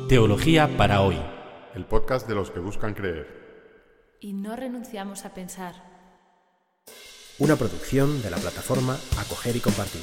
Teología para hoy. El podcast de los que buscan creer. Y no renunciamos a pensar. Una producción de la plataforma Acoger y Compartir.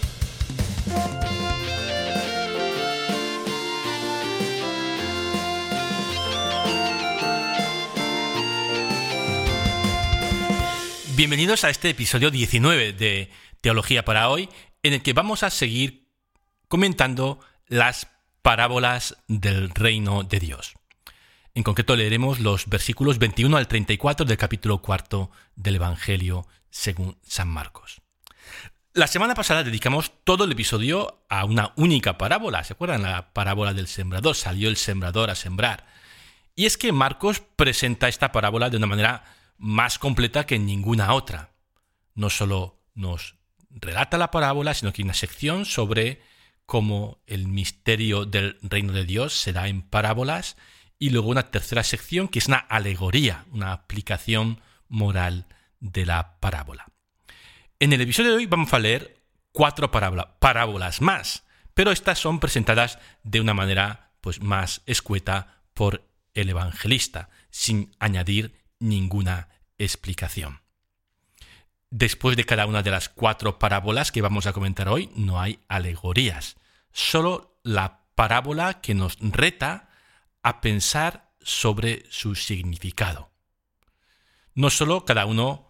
Bienvenidos a este episodio 19 de Teología para hoy, en el que vamos a seguir comentando las parábolas del reino de Dios. En concreto leeremos los versículos 21 al 34 del capítulo 4 del Evangelio según San Marcos. La semana pasada dedicamos todo el episodio a una única parábola. ¿Se acuerdan? La parábola del sembrador. Salió el sembrador a sembrar. Y es que Marcos presenta esta parábola de una manera más completa que ninguna otra. No solo nos relata la parábola, sino que hay una sección sobre cómo el misterio del reino de Dios se da en parábolas, y luego una tercera sección que es una alegoría, una aplicación moral de la parábola. En el episodio de hoy vamos a leer 4 parábolas más, pero estas son presentadas de una manera más escueta por el evangelista, sin añadir ninguna explicación. Después de cada una de las 4 parábolas que vamos a comentar hoy, no hay alegorías, solo la parábola que nos reta a pensar sobre su significado. No solo cada uno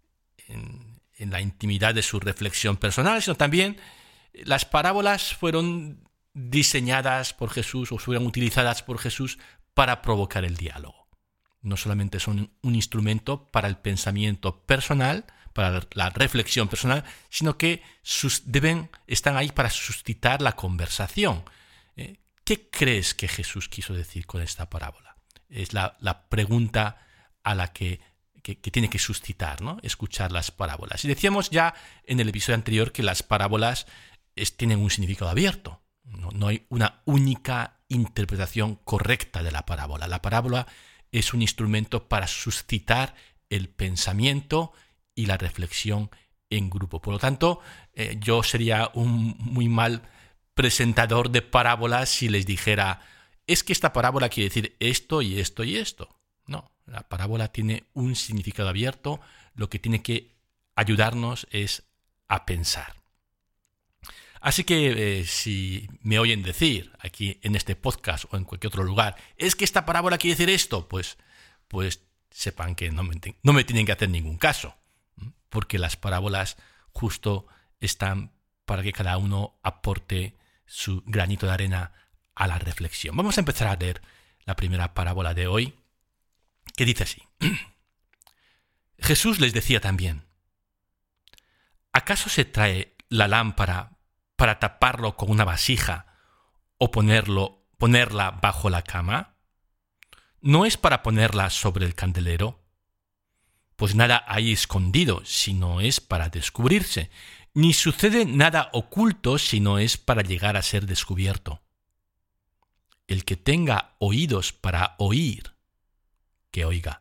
en la intimidad de su reflexión personal, sino también las parábolas fueron diseñadas por Jesús o fueron utilizadas por Jesús para provocar el diálogo. No solamente son un instrumento para el pensamiento personal, para la reflexión personal, sino que están ahí para suscitar la conversación. ¿Qué crees que Jesús quiso decir con esta parábola? Es la pregunta a la que tiene que suscitar, ¿no? Escuchar las parábolas. Y decíamos ya en el episodio anterior que las parábolas tienen un significado abierto. No hay una única interpretación correcta de la parábola. La parábola es un instrumento para suscitar el pensamiento y la reflexión en grupo. Por lo tanto, yo sería un muy mal presentador de parábolas si les dijera, es que esta parábola quiere decir esto y esto y esto. No, la parábola tiene un significado abierto, lo que tiene que ayudarnos es a pensar. Así que si me oyen decir aquí en este podcast o en cualquier otro lugar, es que esta parábola quiere decir esto, pues sepan que no me tienen que hacer ningún caso, porque las parábolas justo están para que cada uno aporte su granito de arena a la reflexión. Vamos a empezar a leer la primera parábola de hoy, que dice así. Jesús les decía también, ¿acaso se trae la lámpara para taparlo con una vasija o ponerla bajo la cama? ¿No es para ponerla sobre el candelero? Pues nada hay escondido si no es para descubrirse, ni sucede nada oculto si no es para llegar a ser descubierto. El que tenga oídos para oír, que oiga.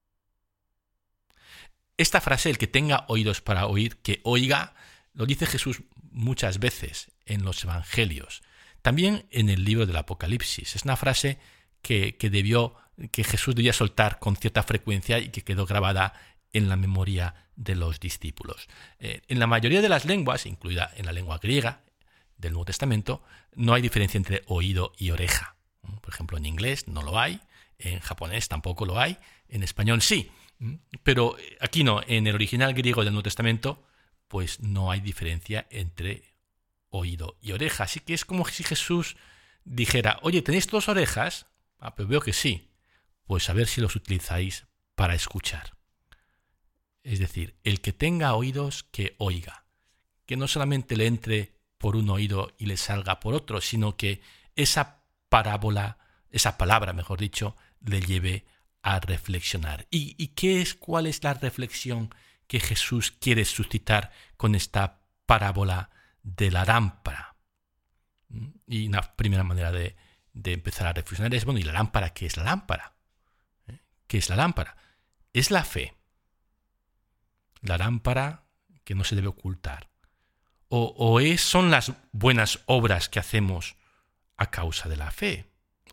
Esta frase, el que tenga oídos para oír, que oiga, lo dice Jesús muchas veces en los evangelios, también en el libro del Apocalipsis. Es una frase que Jesús debía soltar con cierta frecuencia y que quedó grabada en la memoria de los discípulos. En la mayoría de las lenguas, incluida en la lengua griega del Nuevo Testamento, no hay diferencia entre oído y oreja. Por ejemplo, en inglés no lo hay, en japonés tampoco lo hay, en español sí, pero aquí no, en el original griego del Nuevo Testamento, pues no hay diferencia entre oído y oreja. Así que es como si Jesús dijera, oye, ¿tenéis 2 orejas? Pues veo que sí. Pues a ver si los utilizáis para escuchar. Es decir, el que tenga oídos, que oiga. Que no solamente le entre por un oído y le salga por otro, sino que esa palabra, mejor dicho, le lleve a reflexionar. ¿Y cuál es la reflexión que Jesús quiere suscitar con esta parábola de la lámpara? Y una primera manera de empezar a reflexionar es, ¿y la lámpara qué es la lámpara? ¿Qué es la lámpara? Es la fe. La lámpara que no se debe ocultar. Son las buenas obras que hacemos a causa de la fe.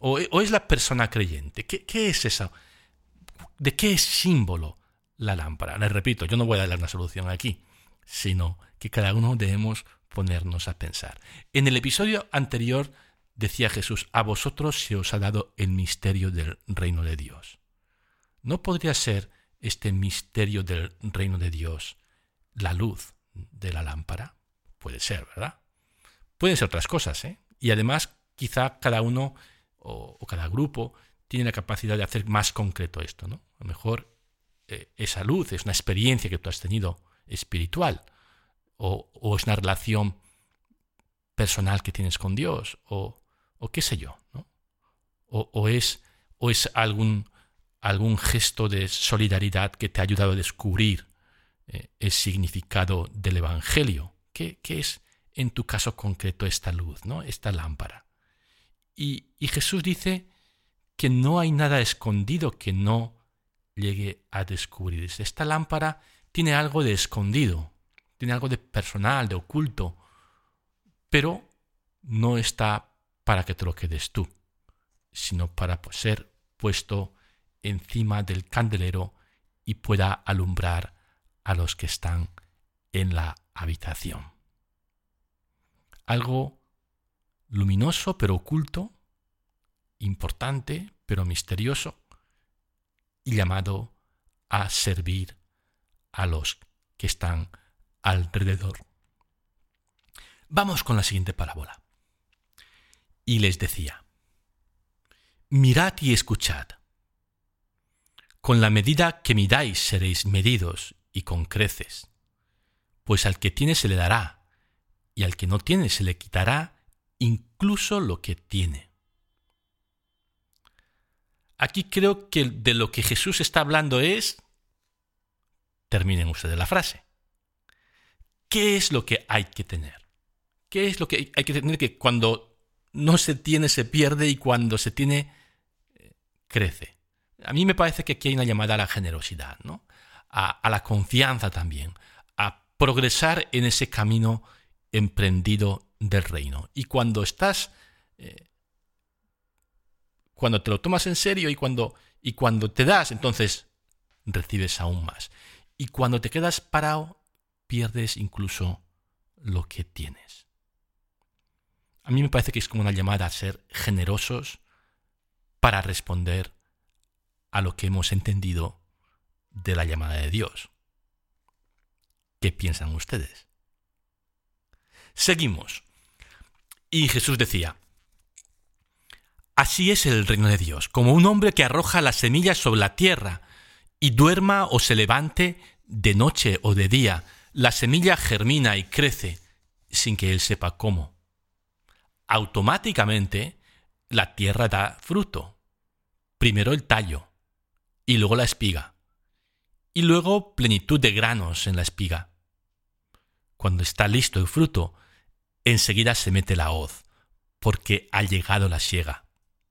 ¿O es la persona creyente? ¿Qué es eso? ¿De qué es símbolo la lámpara? Les repito, yo no voy a dar una solución aquí, sino que cada uno debemos ponernos a pensar. En el episodio anterior decía Jesús, a vosotros se os ha dado el misterio del reino de Dios. ¿No podría ser este misterio del reino de Dios la luz de la lámpara? Puede ser, ¿verdad? Pueden ser otras cosas, ¿eh? Y además, quizá cada uno o cada grupo tiene la capacidad de hacer más concreto esto, ¿no? A lo mejor esa luz es una experiencia que tú has tenido espiritual, o es una relación personal que tienes con Dios, o qué sé yo, ¿no? O es algún gesto de solidaridad que te ha ayudado a descubrir el significado del Evangelio. ¿Qué es en tu caso concreto esta luz, ¿no? Esta lámpara? Y Jesús dice que no hay nada escondido que no llegue a descubrirse. Esta lámpara tiene algo de escondido, tiene algo de personal, de oculto, pero no está para que te lo quedes tú, sino para ser puesto encima del candelero y pueda alumbrar a los que están en la habitación. Algo luminoso pero oculto, importante pero misterioso, y llamado a servir a los que están alrededor. Vamos con la siguiente parábola. Y les decía, mirad y escuchad. Con la medida que midáis seréis medidos y con creces, pues al que tiene se le dará, y al que no tiene se le quitará incluso lo que tiene. Aquí creo que de lo que Jesús está hablando es, terminen ustedes la frase, ¿qué es lo que hay que tener? ¿Qué es lo que hay que tener que cuando no se tiene se pierde y cuando se tiene crece? A mí me parece que aquí hay una llamada a la generosidad, ¿no? A la confianza también, a progresar en ese camino emprendido del reino. Y cuando estás, cuando te lo tomas en serio y cuando te das, entonces recibes aún más. Y cuando te quedas parado, pierdes incluso lo que tienes. A mí me parece que es como una llamada a ser generosos para responder a lo que hemos entendido de la llamada de Dios. ¿Qué piensan ustedes? Seguimos. Y Jesús decía, así es el reino de Dios, como un hombre que arroja las semillas sobre la tierra y duerma o se levante de noche o de día, la semilla germina y crece sin que él sepa cómo. Automáticamente la tierra da fruto. Primero el tallo y luego la espiga y luego plenitud de granos en la espiga. Cuando está listo el fruto, enseguida se mete la hoz, porque ha llegado la siega.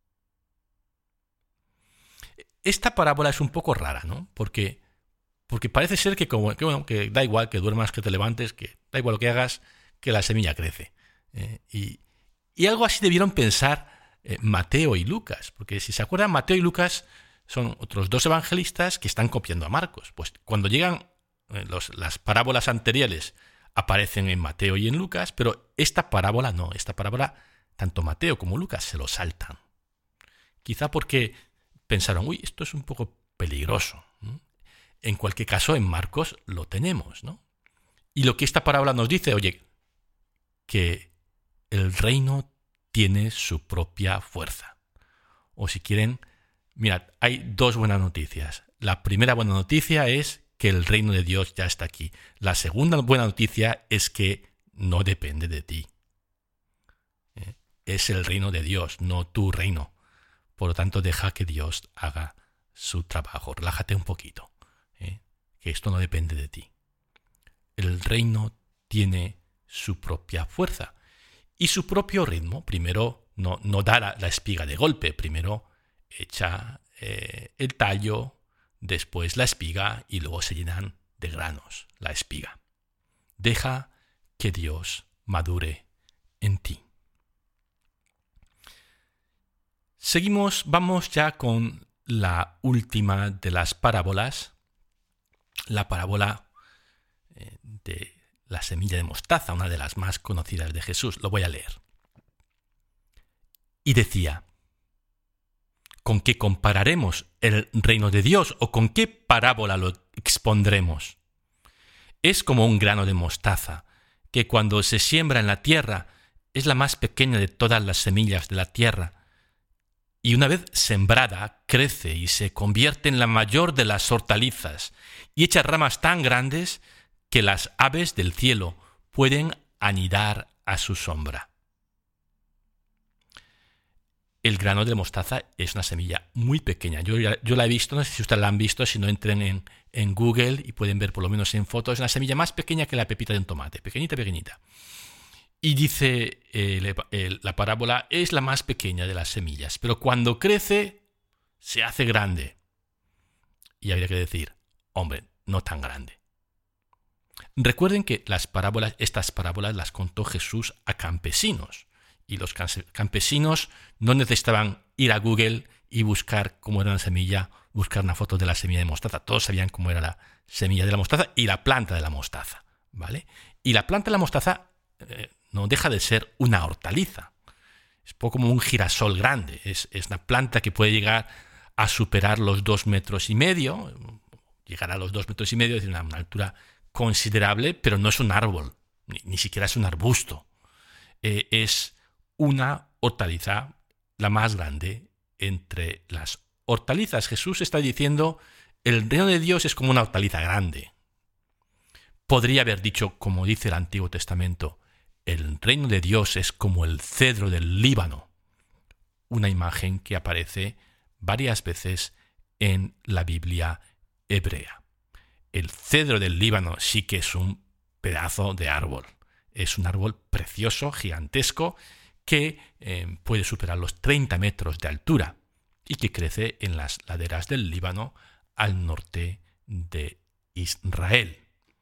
Esta parábola es un poco rara, ¿no? Porque parece ser que da igual que duermas, que te levantes, que da igual lo que hagas, que la semilla crece. Y algo así debieron pensar Mateo y Lucas, porque si se acuerdan, Mateo y Lucas son otros dos evangelistas que están copiando a Marcos. Pues cuando llegan las parábolas anteriores aparecen en Mateo y en Lucas, pero esta parábola no. Esta parábola, tanto Mateo como Lucas se lo saltan. Quizá porque pensaron, esto es un poco peligroso. En cualquier caso, en Marcos lo tenemos, ¿no? Y lo que esta parábola nos dice, que el reino tiene su propia fuerza. O si quieren, mirad, hay dos buenas noticias. La primera buena noticia es que el reino de Dios ya está aquí. La segunda buena noticia es que no depende de ti. Es el reino de Dios, no tu reino. Por lo tanto, deja que Dios haga su trabajo. Relájate un poquito. Que esto no depende de ti. El reino tiene su propia fuerza y su propio ritmo. Primero no da la espiga de golpe. Primero echa el tallo, después la espiga y luego se llenan de granos la espiga. Deja que Dios madure en ti. Vamos ya con la última de las parábolas, la parábola de la semilla de mostaza, una de las más conocidas de Jesús. Lo voy a leer. Y decía: ¿con qué compararemos el reino de Dios o con qué parábola lo expondremos? Es como un grano de mostaza, que cuando se siembra en la tierra es la más pequeña de todas las semillas de la tierra, y una vez sembrada crece y se convierte en la mayor de las hortalizas, y echa ramas tan grandes que las aves del cielo pueden anidar a su sombra. El grano de mostaza es una semilla muy pequeña. Yo la he visto, no sé si ustedes la han visto, si no entren en Google y pueden ver por lo menos en fotos. Es una semilla más pequeña que la pepita de un tomate, pequeñita, pequeñita. Y dice la parábola, es la más pequeña de las semillas, pero cuando crece se hace grande. Y habría que decir, hombre, no tan grande. Recuerden que estas parábolas las contó Jesús a campesinos. Y los campesinos no necesitaban ir a Google y buscar cómo era una semilla, buscar una foto de la semilla de mostaza. Todos sabían cómo era la semilla de la mostaza y la planta de la mostaza, ¿vale? Y la planta de la mostaza no deja de ser una hortaliza. Es poco como un girasol grande. Es una planta que puede llegar a superar los 2,5 metros. Llegar a los 2,5 metros, es decir, una altura considerable, pero no es un árbol, ni siquiera es un arbusto. Es una hortaliza, la más grande entre las hortalizas. Jesús está diciendo, el reino de Dios es como una hortaliza grande. Podría haber dicho, como dice el Antiguo Testamento, el reino de Dios es como el cedro del Líbano, una imagen que aparece varias veces en la Biblia hebrea. El cedro del Líbano sí que es un pedazo de árbol. Es un árbol precioso, gigantesco, que puede superar los 30 metros de altura y que crece en las laderas del Líbano al norte de Israel.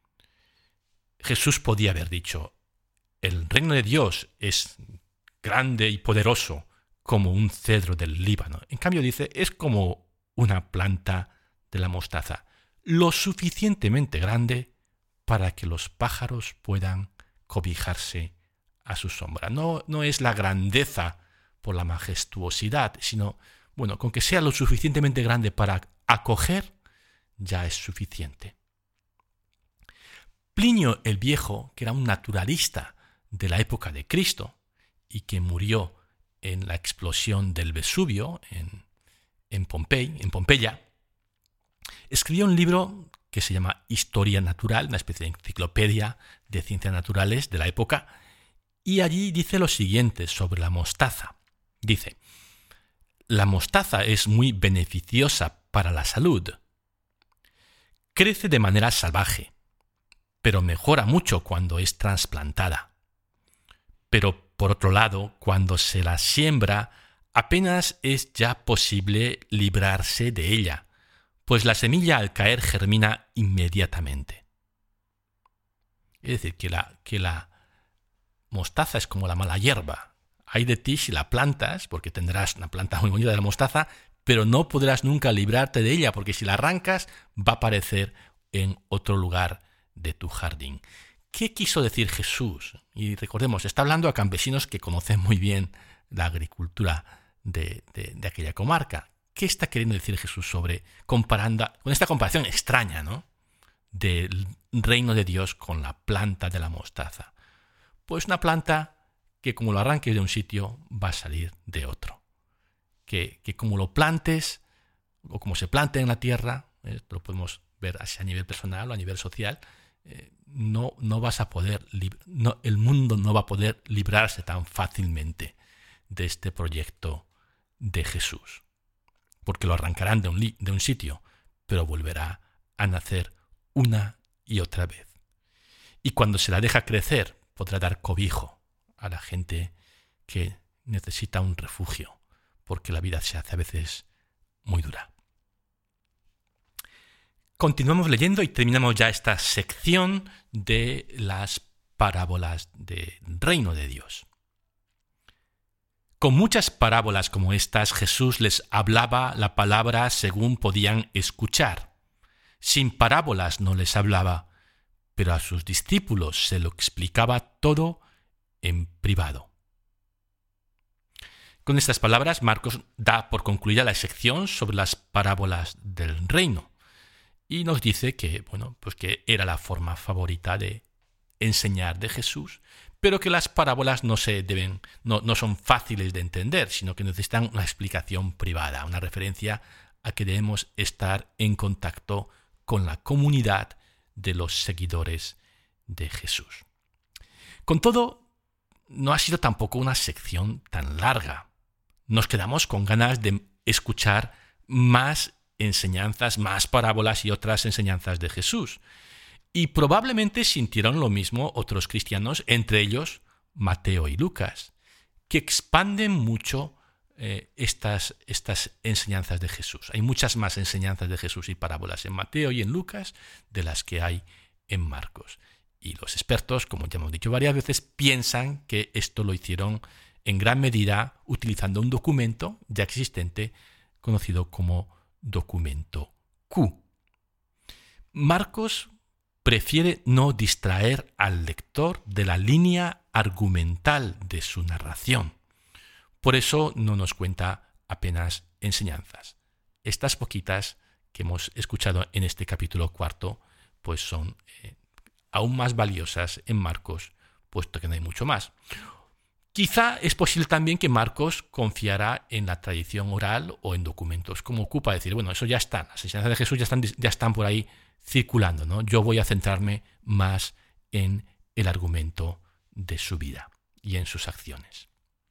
Jesús podía haber dicho, el reino de Dios es grande y poderoso como un cedro del Líbano. En cambio dice, es como una planta de la mostaza, lo suficientemente grande para que los pájaros puedan cobijarse a su sombra. No es la grandeza por la majestuosidad, sino, bueno, con que sea lo suficientemente grande para acoger, ya es suficiente. Plinio el Viejo, que era un naturalista de la época de Cristo y que murió en la explosión del Vesubio en Pompeya, escribió un libro que se llama Historia Natural, una especie de enciclopedia de ciencias naturales de la época, y allí dice lo siguiente sobre la mostaza. Dice, la mostaza es muy beneficiosa para la salud. Crece de manera salvaje, pero mejora mucho cuando es trasplantada. Pero, por otro lado, cuando se la siembra, apenas es ya posible librarse de ella, pues la semilla al caer germina inmediatamente. Es decir, que la mostaza es como la mala hierba. Hay de ti si la plantas, porque tendrás una planta muy bonita de la mostaza, pero no podrás nunca librarte de ella, porque si la arrancas va a aparecer en otro lugar de tu jardín. ¿Qué quiso decir Jesús? Y recordemos, está hablando a campesinos que conocen muy bien la agricultura de aquella comarca. ¿Qué está queriendo decir Jesús comparando con esta comparación extraña, ¿no?, del reino de Dios con la planta de la mostaza? Pues una planta que como lo arranques de un sitio va a salir de otro. Que como lo plantes o como se plante en la tierra, esto lo podemos ver así a nivel personal o a nivel social, no vas a poder, el mundo no va a poder librarse tan fácilmente de este proyecto de Jesús. Porque lo arrancarán de un sitio, pero volverá a nacer una y otra vez. Y cuando se la deja crecer, podrá dar cobijo a la gente que necesita un refugio, porque la vida se hace a veces muy dura. Continuamos leyendo y terminamos ya esta sección de las parábolas del reino de Dios. Con muchas parábolas como estas, Jesús les hablaba la palabra según podían escuchar. Sin parábolas no les hablaba, pero a sus discípulos se lo explicaba todo en privado. Con estas palabras, Marcos da por concluida la sección sobre las parábolas del reino y nos dice que, que era la forma favorita de enseñar de Jesús, pero que las parábolas no son fáciles de entender, sino que necesitan una explicación privada, una referencia a que debemos estar en contacto con la comunidad de los seguidores de Jesús. Con todo, no ha sido tampoco una sección tan larga. Nos quedamos con ganas de escuchar más enseñanzas, más parábolas y otras enseñanzas de Jesús. Y probablemente sintieron lo mismo otros cristianos, entre ellos Mateo y Lucas, que expanden mucho estas enseñanzas de Jesús. Hay muchas más enseñanzas de Jesús y parábolas en Mateo y en Lucas de las que hay en Marcos. Y los expertos, como ya hemos dicho varias veces, piensan que esto lo hicieron en gran medida utilizando un documento ya existente conocido como documento Q. Marcos prefiere no distraer al lector de la línea argumental de su narración. Por eso no nos cuenta apenas enseñanzas. Estas poquitas que hemos escuchado en este capítulo 4 pues son aún más valiosas en Marcos, puesto que no hay mucho más. Quizá es posible también que Marcos confiara en la tradición oral o en documentos como Q para decir, eso ya está, las enseñanzas de Jesús ya están por ahí circulando, ¿no? Yo voy a centrarme más en el argumento de su vida y en sus acciones.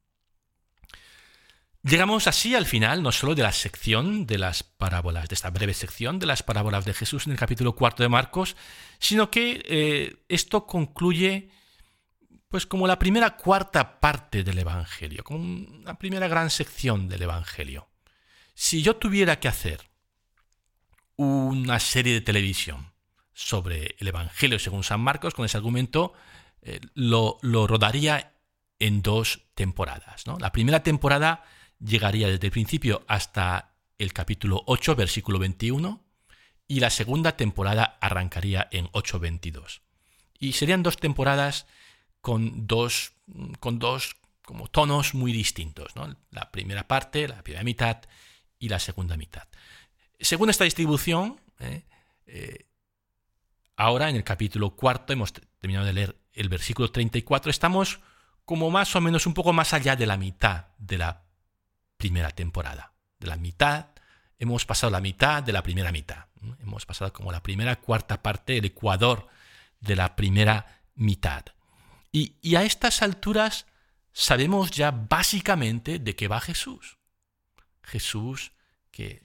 Llegamos así al final no solo de la sección de las parábolas, de esta breve sección de las parábolas de Jesús en el capítulo 4 de Marcos, sino que esto concluye pues como la primera cuarta parte del Evangelio, como una primera gran sección del Evangelio. Si yo tuviera que hacer una serie de televisión sobre el Evangelio según San Marcos, con ese argumento, lo rodaría en 2 temporadas, ¿no? La primera temporada llegaría desde el principio hasta el capítulo 8, versículo 21, y la segunda temporada arrancaría en 8:22. Y serían 2 temporadas con dos como tonos muy distintos, ¿no? La primera parte, la primera mitad y la segunda mitad. Según esta distribución, ahora en el capítulo 4 hemos terminado de leer el versículo 34, estamos como más o menos un poco más allá de la mitad de la primera temporada. De la mitad, hemos pasado la mitad de la primera mitad. Hemos pasado como la primera cuarta parte, el ecuador de la primera mitad. Y a estas alturas sabemos ya básicamente de qué va Jesús. Jesús que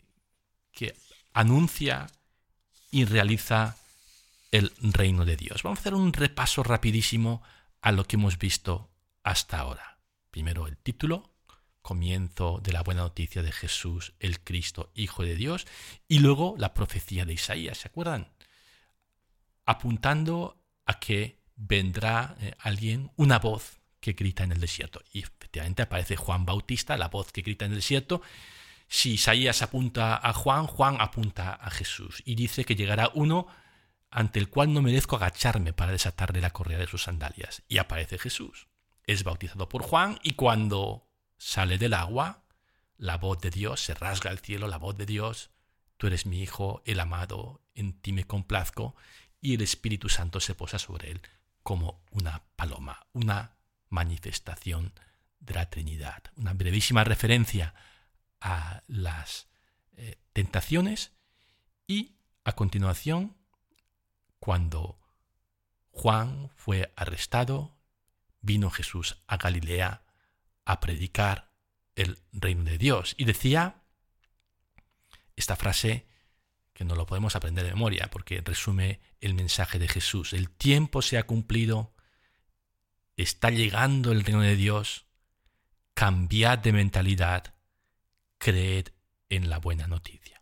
anuncia y realiza el reino de Dios. Vamos a hacer un repaso rapidísimo a lo que hemos visto hasta ahora. Primero el título, comienzo de la buena noticia de Jesús, el Cristo, Hijo de Dios, y luego la profecía de Isaías, ¿se acuerdan? Apuntando a que vendrá alguien, una voz que grita en el desierto. Y efectivamente aparece Juan Bautista, la voz que grita en el desierto. Si Isaías apunta a Juan, Juan apunta a Jesús. Y dice que llegará uno ante el cual no merezco agacharme para desatarle la correa de sus sandalias. Y aparece Jesús. Es bautizado por Juan y cuando sale del agua, la voz de Dios, se rasga el cielo, la voz de Dios, tú eres mi Hijo, el amado, en ti me complazco, y el Espíritu Santo se posa sobre él como una paloma, una manifestación de la Trinidad. Una brevísima referencia a las tentaciones y a continuación, cuando Juan fue arrestado, vino Jesús a Galilea a predicar el reino de Dios. Y decía esta frase que no lo podemos aprender de memoria porque resume el mensaje de Jesús. El tiempo se ha cumplido, está llegando el reino de Dios, cambiad de mentalidad, creed en la buena noticia.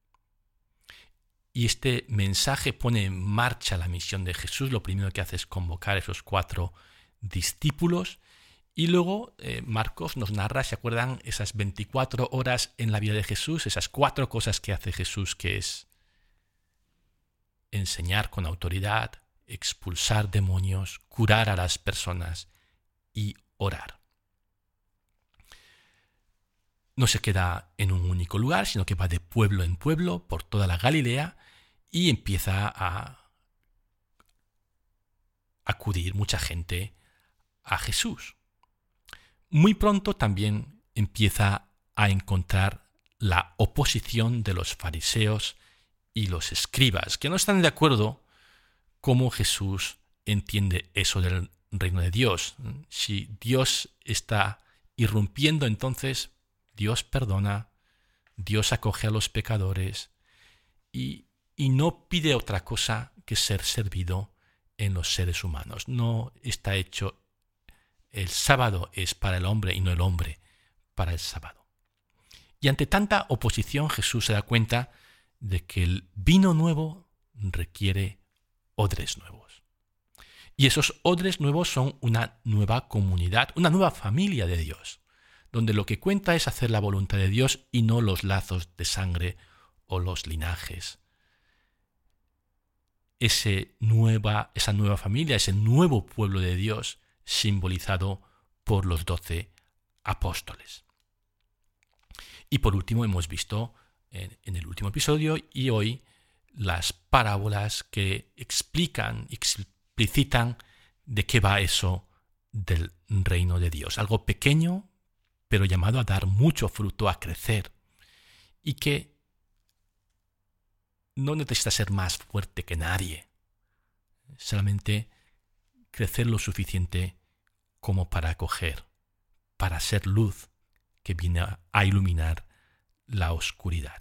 Y este mensaje pone en marcha la misión de Jesús. Lo primero que hace es convocar a esos 4 discípulos Y luego Marcos nos narra, ¿se acuerdan? Esas 24 horas en la vida de Jesús, esas 4 cosas que hace Jesús, que es enseñar con autoridad, expulsar demonios, curar a las personas y orar. No se queda en un único lugar, sino que va de pueblo en pueblo por toda la Galilea y empieza a acudir mucha gente a Jesús. Muy pronto también empieza a encontrar la oposición de los fariseos y los escribas, que no están de acuerdo cómo Jesús entiende eso del reino de Dios. Si Dios está irrumpiendo, entonces Dios perdona, Dios acoge a los pecadores y no pide otra cosa que ser servido en los seres humanos. No está hecho, el sábado es para el hombre y no el hombre para el sábado. Y ante tanta oposición Jesús se da cuenta de que el vino nuevo requiere odres nuevos. Y esos odres nuevos son una nueva comunidad, una nueva familia de Dios, donde lo que cuenta es hacer la voluntad de Dios y no los lazos de sangre o los linajes. Esa nueva familia, ese nuevo pueblo de Dios simbolizado por los 12 apóstoles. Y por último hemos visto en el último episodio y hoy las parábolas que explicitan de qué va eso del reino de Dios. Algo pequeño, pero llamado a dar mucho fruto, a crecer, y que no necesita ser más fuerte que nadie, solamente crecer lo suficiente como para acoger, para ser luz que viene a iluminar la oscuridad.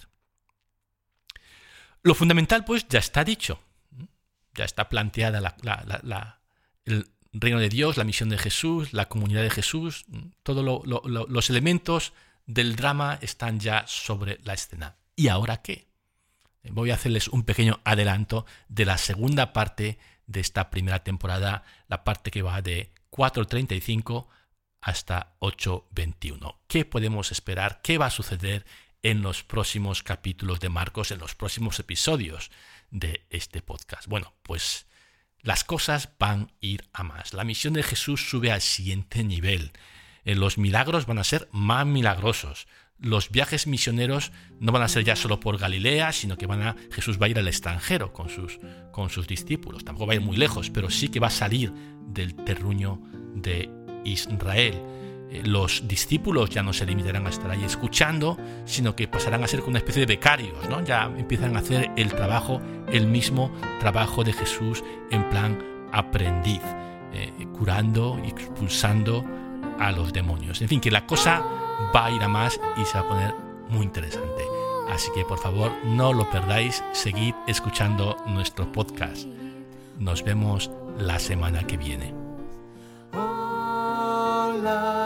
Lo fundamental, pues, ya está dicho. Ya está planteada el reino de Dios, la misión de Jesús, la comunidad de Jesús. Todos los elementos del drama están ya sobre la escena. ¿Y ahora qué? Voy a hacerles un pequeño adelanto de la segunda parte de esta primera temporada, la parte que va de 4:35 hasta 8:21. ¿Qué podemos esperar? ¿Qué va a suceder en los próximos capítulos de Marcos, en los próximos episodios de este podcast? Bueno, pues las cosas van a ir a más. La misión de Jesús sube al siguiente nivel. Los milagros van a ser más milagrosos. Los viajes misioneros no van a ser ya solo por Galilea, sino que Jesús va a ir al extranjero con sus discípulos. Tampoco va a ir muy lejos, pero sí que va a salir del terruño de Israel. Los discípulos ya no se limitarán a estar ahí escuchando, sino que pasarán a ser como una especie de becarios, ¿no? Ya empiezan a hacer el mismo trabajo de Jesús en plan aprendiz, curando y expulsando a los demonios. En fin, que la cosa va a ir a más y se va a poner muy interesante. Así que por favor no lo perdáis, seguid escuchando nuestro podcast. Nos vemos la semana que viene. Hola.